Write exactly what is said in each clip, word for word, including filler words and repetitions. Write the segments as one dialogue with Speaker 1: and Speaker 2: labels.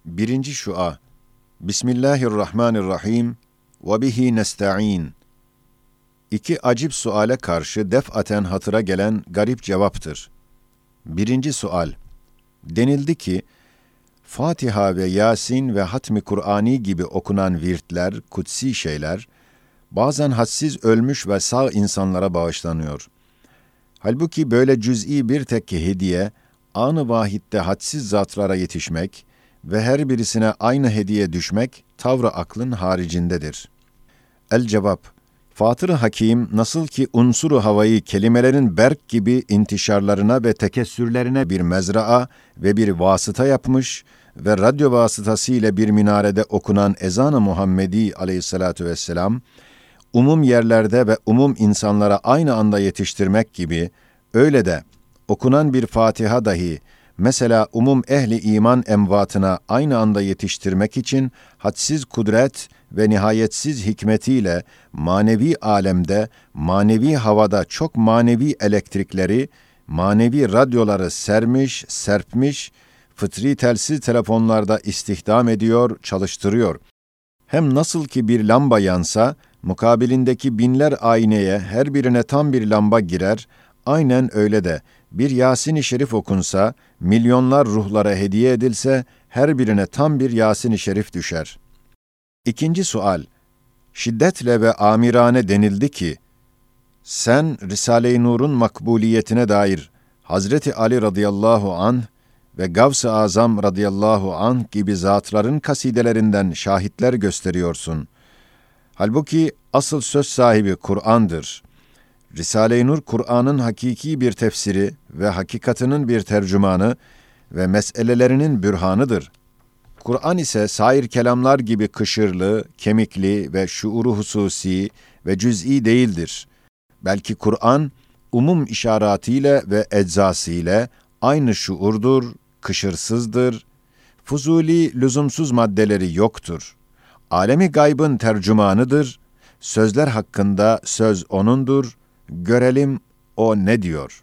Speaker 1: Birinci şua. Bismillahirrahmanirrahim. Ve bihi nesta'in. İki acip suale karşı defaten hatıra gelen garip cevaptır. Birinci sual. Denildi ki, Fatiha ve Yasin ve Hatmi Kur'ani gibi okunan virtler, kutsi şeyler, bazen hadsiz ölmüş ve sağ insanlara bağışlanıyor. Halbuki böyle cüz'i bir tekke hediye, an-ı vahitte hadsiz zatlara yetişmek ve her birisine aynı hediye düşmek, tavrı aklın haricindedir. El-cevap, Fatır-ı Hakim nasıl ki unsuru havayı kelimelerin berk gibi intişarlarına ve tekessürlerine bir mezraa ve bir vasıta yapmış ve radyo vasıtası ile bir minarede okunan ezan-ı Muhammedi aleyhissalatu vesselam, umum yerlerde ve umum insanlara aynı anda yetiştirmek gibi, öyle de okunan bir Fatiha dahi, mesela umum ehli iman emvatına aynı anda yetiştirmek için hadsiz kudret ve nihayetsiz hikmetiyle manevi alemde, manevi havada çok manevi elektrikleri, manevi radyoları sermiş, serpmiş, fıtri telsiz telefonlarda istihdam ediyor, çalıştırıyor. Hem nasıl ki bir lamba yansa, mukabilindeki binler ayneye her birine tam bir lamba girer, aynen öyle de bir Yasin-i Şerif okunsa, milyonlar ruhlara hediye edilse, her birine tam bir Yasin-i Şerif düşer. İkinci sual, şiddetle ve amirane denildi ki, sen Risale-i Nur'un makbuliyetine dair Hazreti Ali radıyallahu anh ve Gavs-ı Azam radıyallahu anh gibi zatların kasidelerinden şahitler gösteriyorsun. Halbuki asıl söz sahibi Kur'an'dır. Risale-i Nur, Kur'an'ın hakiki bir tefsiri ve hakikatının bir tercümanı ve meselelerinin bürhanıdır. Kur'an ise sair kelamlar gibi kışırlı, kemikli ve şuuru hususi ve cüz'i değildir. Belki Kur'an, umum işaretiyle ve eczasıyla aynı şuurdur, kışırsızdır, fuzuli, lüzumsuz maddeleri yoktur. Alemi gaybın tercümanıdır, sözler hakkında söz O'nundur, görelim O ne diyor?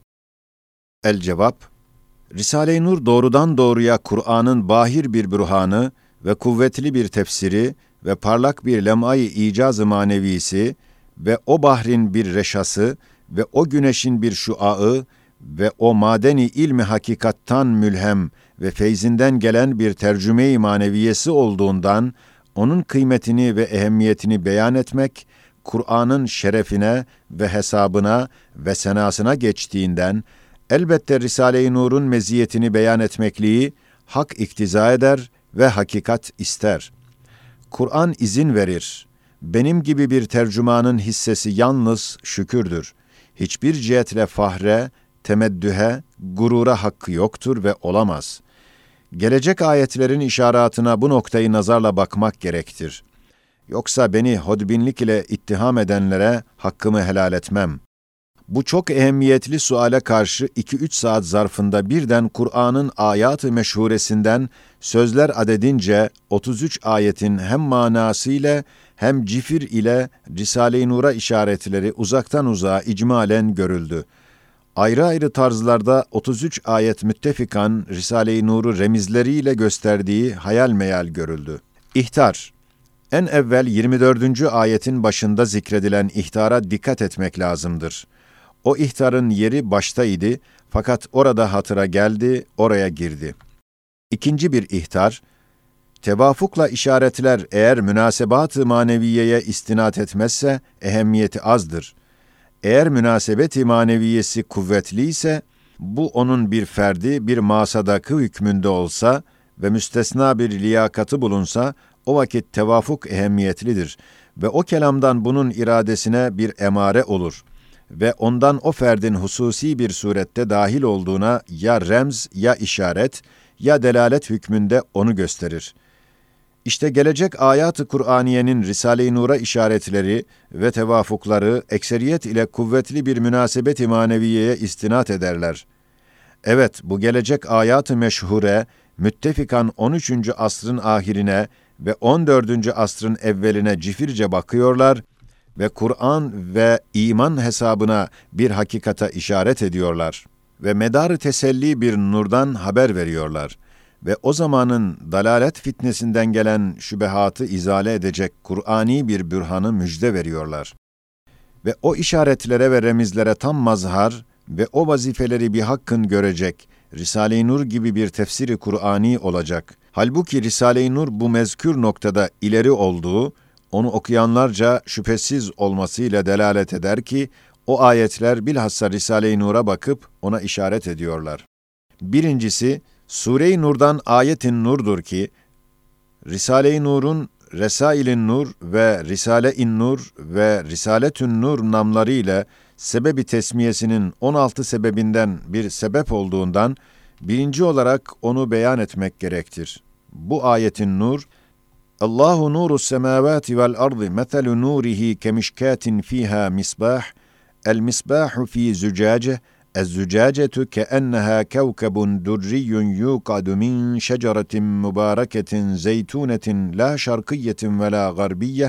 Speaker 1: El-cevap, Risale-i Nur doğrudan doğruya Kur'an'ın bahir bir bürhanı ve kuvvetli bir tefsiri ve parlak bir lem'ay-ı icaz-ı manevisi ve o bahrin bir reşası ve o güneşin bir şuağı ve o madeni ilmi hakikattan mülhem ve feyzinden gelen bir tercüme-i maneviyesi olduğundan, onun kıymetini ve ehemmiyetini beyan etmek, Kur'an'ın şerefine ve hesabına ve senasına geçtiğinden, elbette Risale-i Nur'un meziyetini beyan etmekliği, hak iktiza eder ve hakikat ister. Kur'an izin verir. Benim gibi bir tercümanın hissesi yalnız şükürdür. Hiçbir cihetle fahre, temeddühe, gurura hakkı yoktur ve olamaz. Gelecek ayetlerin işaretine bu noktayı nazarla bakmak gerektir. Yoksa beni hodbinlik ile ittiham edenlere hakkımı helal etmem. Bu çok ehemmiyetli suale karşı iki üç saat zarfında birden Kur'an'ın ayat-ı meşhuresinden sözler adedince otuz üç ayetin hem manasıyla hem cifir ile Risale-i Nur'a işaretleri uzaktan uzağa icmalen görüldü. Ayrı ayrı tarzlarda otuz üç ayet müttefikan Risale-i Nur'u remizleriyle gösterdiği hayal meyal görüldü. İhtar. En evvel yirmi dördüncü ayetin başında zikredilen ihtara dikkat etmek lazımdır. O ihtarın yeri baştaydı, fakat orada hatıra geldi, oraya girdi. İkinci bir ihtar, tevafukla işaretler eğer münasebat-ı maneviyeye istinat etmezse ehemmiyeti azdır. Eğer münasebet-i maneviyesi kuvvetli ise, bu onun bir ferdi, bir masadakı hükmünde olsa ve müstesna bir liyakatı bulunsa, o vakit tevafuk ehemmiyetlidir ve o kelamdan bunun iradesine bir emare olur ve ondan o ferdin hususi bir surette dahil olduğuna ya remz ya işaret ya delalet hükmünde onu gösterir. İşte gelecek ayat-ı Kur'aniyenin Risale-i Nur'a işaretleri ve tevafukları ekseriyet ile kuvvetli bir münasebet-i maneviyeye istinat ederler. Evet, bu gelecek ayat-ı meşhure, müttefikan on üçüncü asrın ahirine ve on dördüncü asrın evveline cifirce bakıyorlar ve Kur'an ve iman hesabına bir hakikata işaret ediyorlar ve medar-ı teselli bir nurdan haber veriyorlar ve o zamanın dalalet fitnesinden gelen şübehatı izale edecek Kur'ani bir bürhanı müjde veriyorlar. Ve o işaretlere ve remizlere tam mazhar ve o vazifeleri bir hakkın görecek, Risale-i Nur gibi bir tefsiri Kur'ani olacak. Halbuki Risale-i Nur bu mezkür noktada ileri olduğu, onu okuyanlarca şüphesiz olmasıyla delalet eder ki, o ayetler bilhassa Risale-i Nur'a bakıp ona işaret ediyorlar. Birincisi, Sure-i Nur'dan ayetin nurdur ki, Risale-i Nur'un Resail-i Nur ve Risale-i Nur ve Risaletün Nur namları ile sebebi tesmiyesinin on altı sebebinden bir sebep olduğundan, birinci olarak onu beyan etmek gerektir. Bu ayetin nur, Allahu nuru semavati vel ardı meselu nurihi kemişkatin fiha misbah, el misbahu fi zücace, الزجاجة كأنها كوكب دري يوقد من شجرة مباركة زيتونة لا شرقية ولا غربية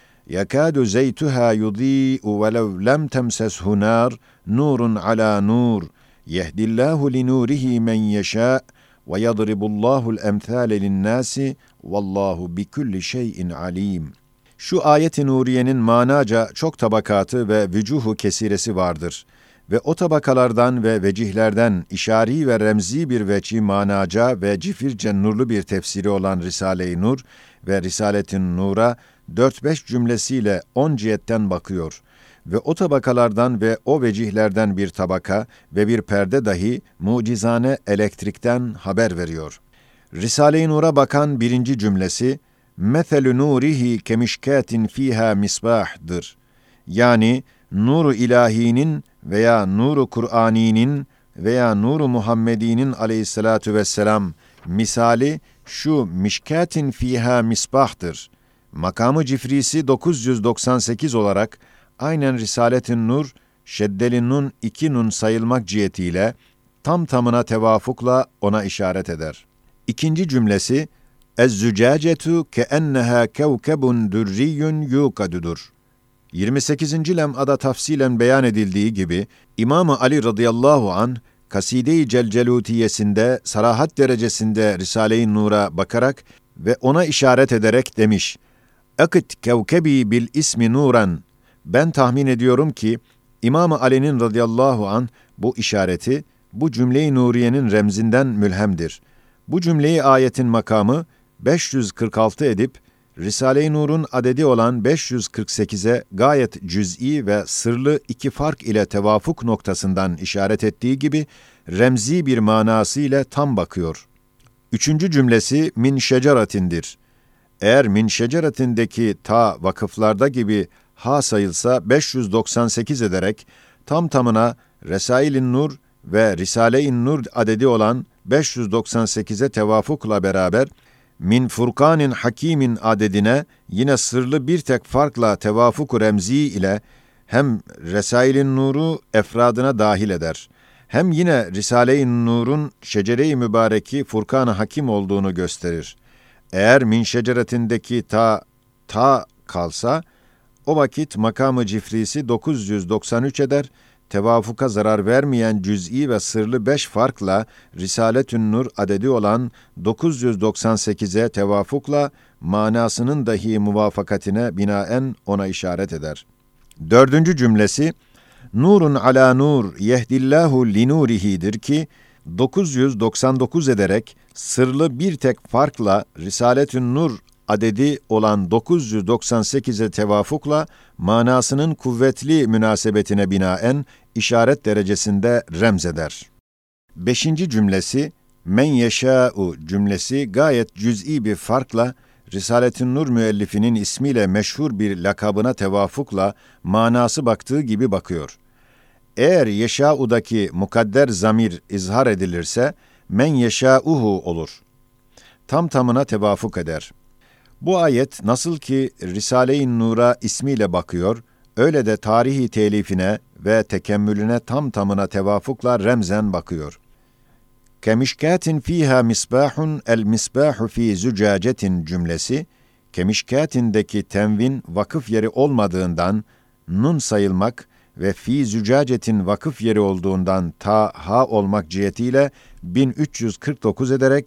Speaker 1: يكاد زيتها يضيء ولو لم تمسسه نار نور على نور يهدي الله لنوره من يشاء ويضرب الله الأمثال للناس والله بكل شيء عليم. Şu ayet-i nuriyenin manaca çok tabakatı ve vücuhu kesiresi vardır. Ve o tabakalardan ve vecihlerden işari ve remzi bir veci manaca ve cifirce nurlu bir tefsiri olan Risale-i Nur ve Risaletün Nur'a dört beş cümlesiyle on cihetten bakıyor. Ve o tabakalardan ve o vecihlerden bir tabaka ve bir perde dahi mucizane elektrikten haber veriyor. Risale-i Nur'a bakan birinci cümlesi, مَثَلُ نُورِهِ كَمِشْكَاتٍ ف۪يهَا misbah'dır. Yani nur-u ilahinin veya nur-u Kur'ani'nin veya nur-u Muhammedi'nin aleyhissalatu vesselam misali şu mişkatin fiha misbahtır. Makamı cifrisi dokuz yüz doksan sekiz olarak aynen Risalet-i Nur, şeddeli nun iki nun sayılmak cihetiyle tam tamına tevafukla ona işaret eder. İkinci cümlesi Ez-zücacetu keenneha kevkebun durriyyun yukadudur. yirmi sekizinci lem'ada tafsilen beyan edildiği gibi, İmam-ı Ali radıyallahu anh, Kaside-i Celcelutiyesinde, sarahat derecesinde Risale-i Nur'a bakarak ve ona işaret ederek demiş, Akit kevkebi bil ismi nuran. Ben tahmin ediyorum ki, İmam-ı Ali'nin radıyallahu anh, bu işareti, bu cümle-i nuriyenin remzinden mülhemdir. Bu cümleyi ayetin makamı, beş yüz kırk altı edip, Risale-i Nur'un adedi olan beş yüz kırk sekize gayet cüz'i ve sırlı iki fark ile tevafuk noktasından işaret ettiği gibi remzi bir manası ile tam bakıyor. Üçüncü cümlesi min şeceratindir. Eğer min şeceratindeki ta vakıflarda gibi ha sayılsa beş yüz doksan sekiz ederek tam tamına Resail-i Nur ve Risale-i Nur adedi olan beş yüz doksan sekize tevafukla beraber min Furkanin Hakim'in adedine yine sırlı bir tek farkla tevafuk remzi ile hem Resail-i Nur'u efradına dahil eder. Hem yine Risale-i Nur'un şecere-i mübareki Furkan-ı Hakim olduğunu gösterir. Eğer min şeceretindeki ta, ta kalsa, o vakit makamı cifrisi dokuz yüz doksan üç eder, tevafuka zarar vermeyen cüz'i ve sırlı beş farkla Risaletün Nur adedi olan dokuz yüz doksan sekize tevafukla manasının dahi muvafakatine binaen ona işaret eder. Dördüncü cümlesi, Nurun ala nur yehdillahu linurihi'dir ki, dokuz yüz doksan dokuz ederek sırlı bir tek farkla Risaletün Nur adedi olan dokuz yüz doksan sekize tevafukla manasının kuvvetli münasebetine binaen işaret derecesinde remzeder. Beşinci cümlesi, men yeşâ'u cümlesi gayet cüz'i bir farkla Risaletün Nur müellifinin ismiyle meşhur bir lakabına tevafukla manası baktığı gibi bakıyor. Eğer yeşâ'udaki mukadder zamir izhar edilirse men yeşâ'uhu olur. Tam tamına tevafuk eder. Bu ayet nasıl ki Risale-i Nur'a ismiyle bakıyor, öyle de tarihi telifine ve tekemmülüne tam tamına tevafukla remzen bakıyor. Kemişkatin fiha misbahun el misbahu fi zücacetin cümlesi, kemişkatindeki tenvin vakıf yeri olmadığından nun sayılmak ve fi zücacetin vakıf yeri olduğundan ta ha olmak cihetiyle bin üç yüz kırk dokuz ederek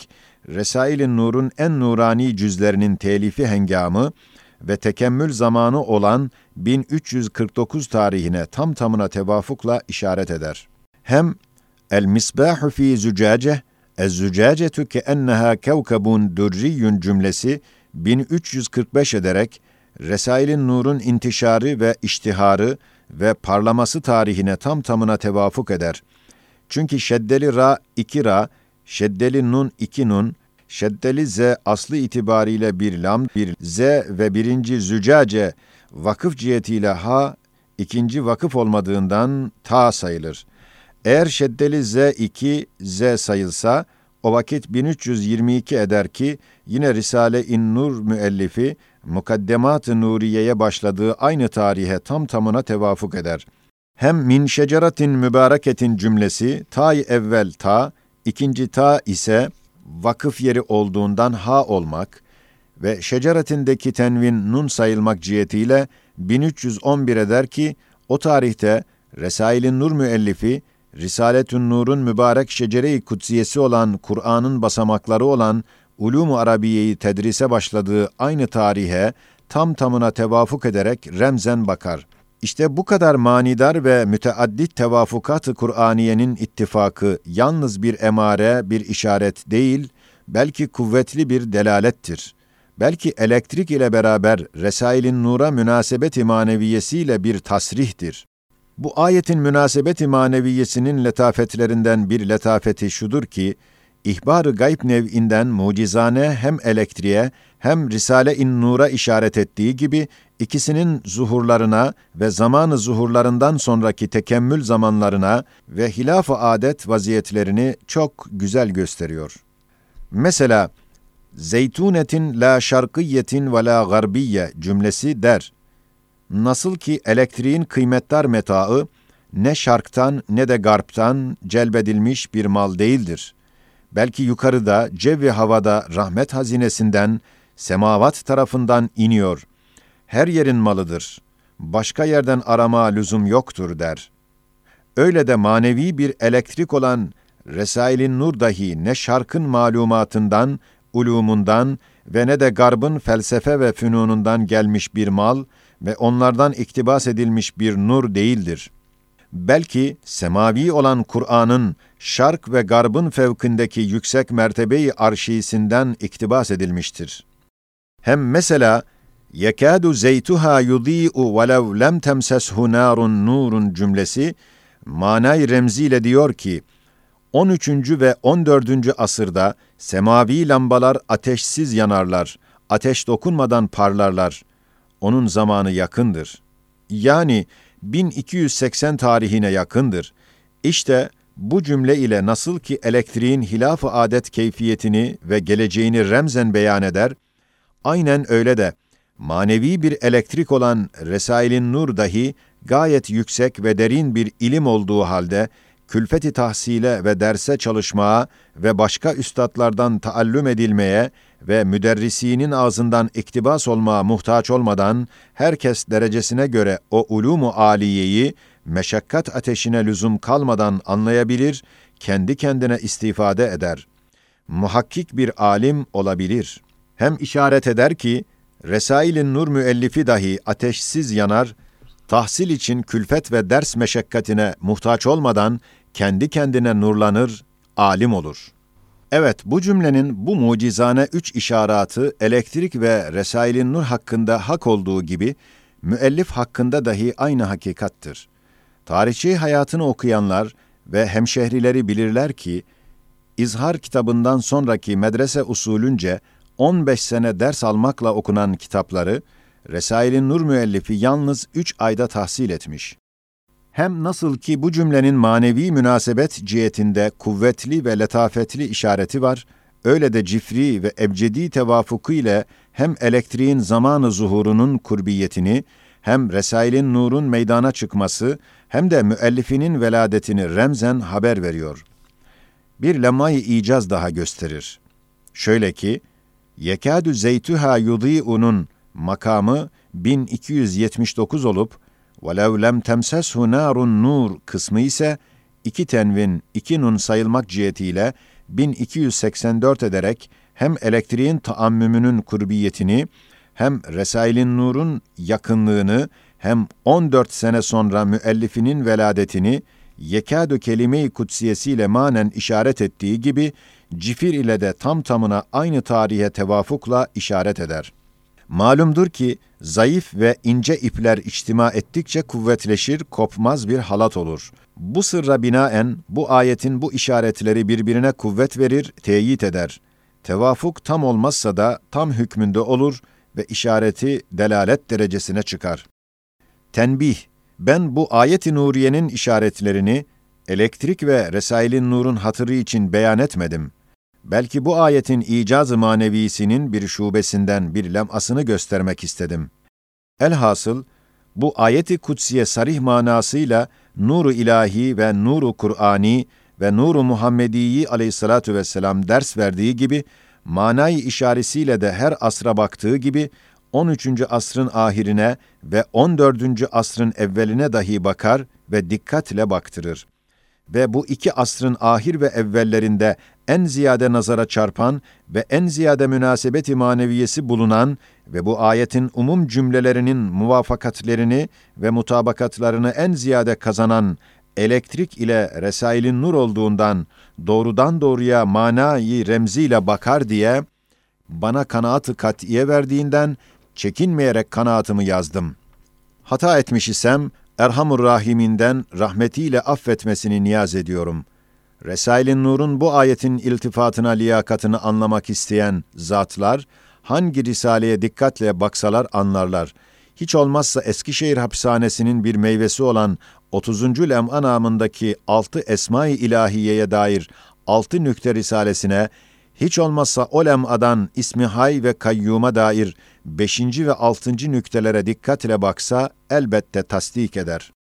Speaker 1: Resail-i Nur'un en nurani cüzlerinin telifi hengamı ve tekemmül zamanı olan bin üç yüz kırk dokuz tarihine tam tamına tevafukla işaret eder. Hem El-Misbâhu fî zücâce, Ez-zücâcetu keennehâ kevkebun durriyyun cümlesi bin üç yüz kırk beş ederek Resail-i Nur'un intişarı ve iştiharı ve parlaması tarihine tam tamına tevafuk eder. Çünkü şeddeli ra iki ra, şeddeli nun iki nun, şeddeli z aslı itibariyle bir lam, bir z ve birinci zücace vakıf cihetiyle ha, ikinci vakıf olmadığından ta sayılır. Eğer şeddeli z iki, z sayılsa, o vakit bin üç yüz yirmi iki eder ki, yine Risale-i Nur müellifi, Mukaddemat-ı Nuriye'ye başladığı aynı tarihe tam tamına tevafuk eder. Hem min şeceratin mübareketin cümlesi, ta-i evvel ta, ikinci ta ise vakıf yeri olduğundan ha olmak ve şeceretindeki tenvin nun sayılmak cihetiyle bin üç yüz on bir eder ki, o tarihte Resail-i Nur müellifi, Risaletün Nur'un mübarek şecere-i kutsiyesi olan Kur'an'ın basamakları olan Ulûm-u Arabiye'yi tedrise başladığı aynı tarihe tam tamına tevafuk ederek remzen bakar. İşte bu kadar manidar ve müteaddit tevafukat-ı Kur'aniyenin ittifakı yalnız bir emare, bir işaret değil, belki kuvvetli bir delalettir. Belki elektrik ile beraber Resail-i Nur'a münasebet-i maneviyesiyle bir tasrihtir. Bu ayetin münasebet-i maneviyesinin letafetlerinden bir letafeti şudur ki, İhbar-ı gayb nev'inden mucizane hem elektriğe hem Risale-i Nur'a işaret ettiği gibi ikisinin zuhurlarına ve zamanı zuhurlarından sonraki tekemmül zamanlarına ve hilaf-ı adet vaziyetlerini çok güzel gösteriyor. Mesela zeytunetin la şarkiyetin ve la garbiye cümlesi der. Nasıl ki elektriğin kıymetdar metaı ne şarktan ne de garptan celbedilmiş bir mal değildir. Belki yukarıda, cevvi havada rahmet hazinesinden, semavat tarafından iniyor. Her yerin malıdır. Başka yerden arama lüzum yoktur der. Öyle de manevi bir elektrik olan Resail-i Nur dahi ne şarkın malumatından, ulumundan ve ne de garbın felsefe ve fünunundan gelmiş bir mal ve onlardan iktibas edilmiş bir nur değildir. Belki semavi olan Kur'an'ın şark ve garbın fevkindeki yüksek mertebeyi arşisinden iktibas edilmiştir. Hem mesela yekâdu zeytuhâ yudî'u velev lem temseshu nârun nûrun cümlesi manay remziyle diyor ki, on üçüncü ve on dördüncü asırda semavi lambalar ateşsiz yanarlar, ateş dokunmadan parlarlar. Onun zamanı yakındır. Yani bin iki yüz seksen tarihine yakındır. İşte bu cümle ile nasıl ki elektriğin hilaf-ı adet keyfiyetini ve geleceğini remzen beyan eder, aynen öyle de manevi bir elektrik olan Resail-i Nur dahi gayet yüksek ve derin bir ilim olduğu halde, külfeti tahsile ve derse çalışmaya ve başka üstadlardan taallüm edilmeye ve müderrisinin ağzından iktibas olmaya muhtaç olmadan, herkes derecesine göre o ulûm-u âliyeyi, meşakkat ateşine lüzum kalmadan anlayabilir, kendi kendine istifade eder. Muhakkik bir alim olabilir. Hem işaret eder ki, Resail-i Nur müellifi dahi ateşsiz yanar, tahsil için külfet ve ders meşakkatine muhtaç olmadan kendi kendine nurlanır, alim olur. Evet, bu cümlenin bu mucizane üç işaratı elektrik ve Resail-i Nur hakkında hak olduğu gibi, müellif hakkında dahi aynı hakikattır. Tarihçi hayatını okuyanlar ve hemşehrileri bilirler ki, İzhar kitabından sonraki medrese usulünce on beş sene ders almakla okunan kitapları, Resail-i Nur müellifi yalnız üç ayda tahsil etmiş. Hem nasıl ki bu cümlenin manevi münasebet cihetinde kuvvetli ve letafetli işareti var, öyle de cifri ve ebcedi tevafuku ile hem elektriğin zamanı zuhurunun kurbiyetini, hem Resail-i Nur'un meydana çıkması, hem de müellifinin veladetini remzen haber veriyor. Bir lemay-ı icaz daha gösterir. Şöyle ki, yekâdü zeytuhâ yudî'unun makamı bin iki yüz yetmiş dokuz olup, وَلَوْ لَمْ تَمْسَسْهُ نَارٌ nur kısmı ise iki tenvin, iki nun sayılmak cihetiyle bin iki yüz seksen dört ederek hem elektriğin taammümünün kurbiyetini, hem Resail-i Nur'un yakınlığını, hem on dört sene sonra müellifinin veladetini, yekâdü kelime-i kutsiyesiyle manen işaret ettiği gibi, cifir ile de tam tamına aynı tarihe tevafukla işaret eder. Malumdur ki, zayıf ve ince ipler içtima ettikçe kuvvetleşir, kopmaz bir halat olur. Bu sırra binaen, bu ayetin bu işaretleri birbirine kuvvet verir, teyit eder. Tevafuk tam olmazsa da tam hükmünde olur ve işareti delalet derecesine çıkar. Tenbih, ben bu ayet-i nuriyenin işaretlerini, elektrik ve Resail-i Nur'un hatırı için beyan etmedim. Belki bu ayetin icaz-ı manevisinin bir şubesinden bir lem'asını göstermek istedim. Elhasıl, bu ayet-i kutsiye sarih manasıyla Nur-u İlahi ve Nur-u Kur'ani ve Nur-u Muhammediyi aleyhissalatu vesselam ders verdiği gibi, manayı işaresiyle de her asra baktığı gibi, on üçüncü asrın ahirine ve on dördüncü asrın evveline dahi bakar ve dikkatle baktırır. Ve bu iki asrın ahir ve evvellerinde en ziyade nazara çarpan ve en ziyade münasebet-i maneviyesi bulunan ve bu ayetin umum cümlelerinin muvafakatlerini ve mutabakatlarını en ziyade kazanan elektrik ile Resail-i Nur olduğundan doğrudan doğruya manayı remziyle bakar diye bana kanaat-ı kat'iye verdiğinden çekinmeyerek kanaatımı yazdım. Hata etmiş isem Erhamur Rahiminden rahmetiyle affetmesini niyaz ediyorum. Resail-i Nur'un bu ayetin iltifatına, liyakatını anlamak isteyen zatlar, hangi risaleye dikkatle baksalar anlarlar. Hiç olmazsa Eskişehir hapishanesinin bir meyvesi olan otuzuncu lem'a namındaki altı Esma-i İlahiye'ye dair altı nükte risalesine, hiç olmazsa o lem'adan İsmi Hay ve Kayyum'a dair beşinci ve altıncı nüktelere dikkatle baksa elbette tasdik eder.